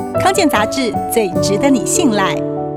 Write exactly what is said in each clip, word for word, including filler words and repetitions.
康健杂志最值得你信赖。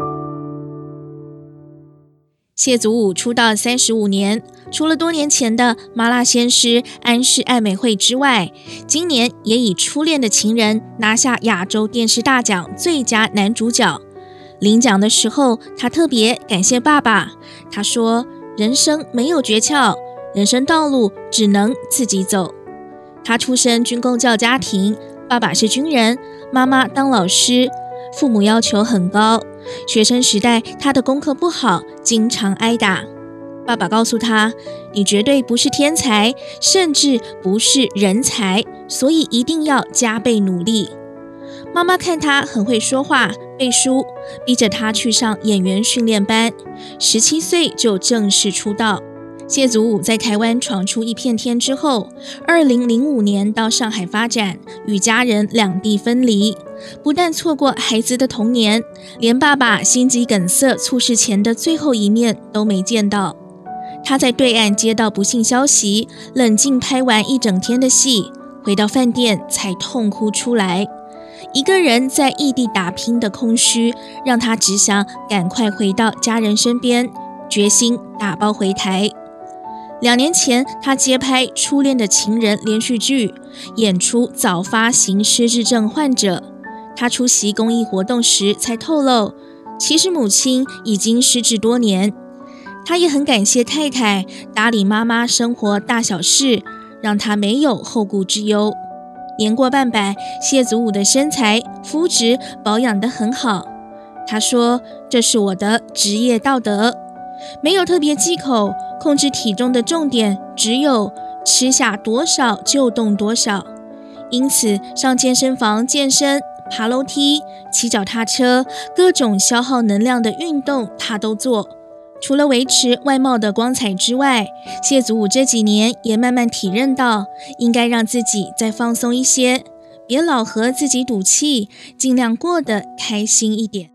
谢祖武出道三十五年，除了多年前的麻辣鲜师安室爱美惠之外，今年也以初恋的情人拿下亚洲电视大奖最佳男主角。领奖的时候，他特别感谢爸爸，他说人生没有诀窍，人生道路只能自己走。他出身军公教家庭，爸爸是军人，妈妈当老师，父母要求很高。学生时代他的功课不好，经常挨打。爸爸告诉他，你绝对不是天才，甚至不是人才，所以一定要加倍努力。妈妈看他很会说话背书，逼着他去上演员训练班，十七岁就正式出道。谢祖武在台湾闯出一片天之后，二零零五年到上海发展，与家人两地分离，不但错过孩子的童年，连爸爸心肌梗塞猝逝前的最后一面都没见到。他在对岸接到不幸消息，冷静拍完一整天的戏，回到饭店才痛哭出来。一个人在异地打拼的空虚，让他只想赶快回到家人身边，决心打包回台。两年前，他接拍《初恋的情人》连续剧，演出早发型失智症患者。他出席公益活动时才透露，其实母亲已经失智多年。他也很感谢太太打理妈妈生活大小事，让他没有后顾之忧。年过半百，谢祖武的身材肤质保养得很好。他说，这是我的职业道德，没有特别忌口，控制体重的重点只有吃下多少就动多少。因此上健身房健身、爬楼梯、骑脚踏车，各种消耗能量的运动他都做。除了维持外貌的光彩之外，谢祖武这几年也慢慢体认到，应该让自己再放松一些，别老和自己赌气，尽量过得开心一点。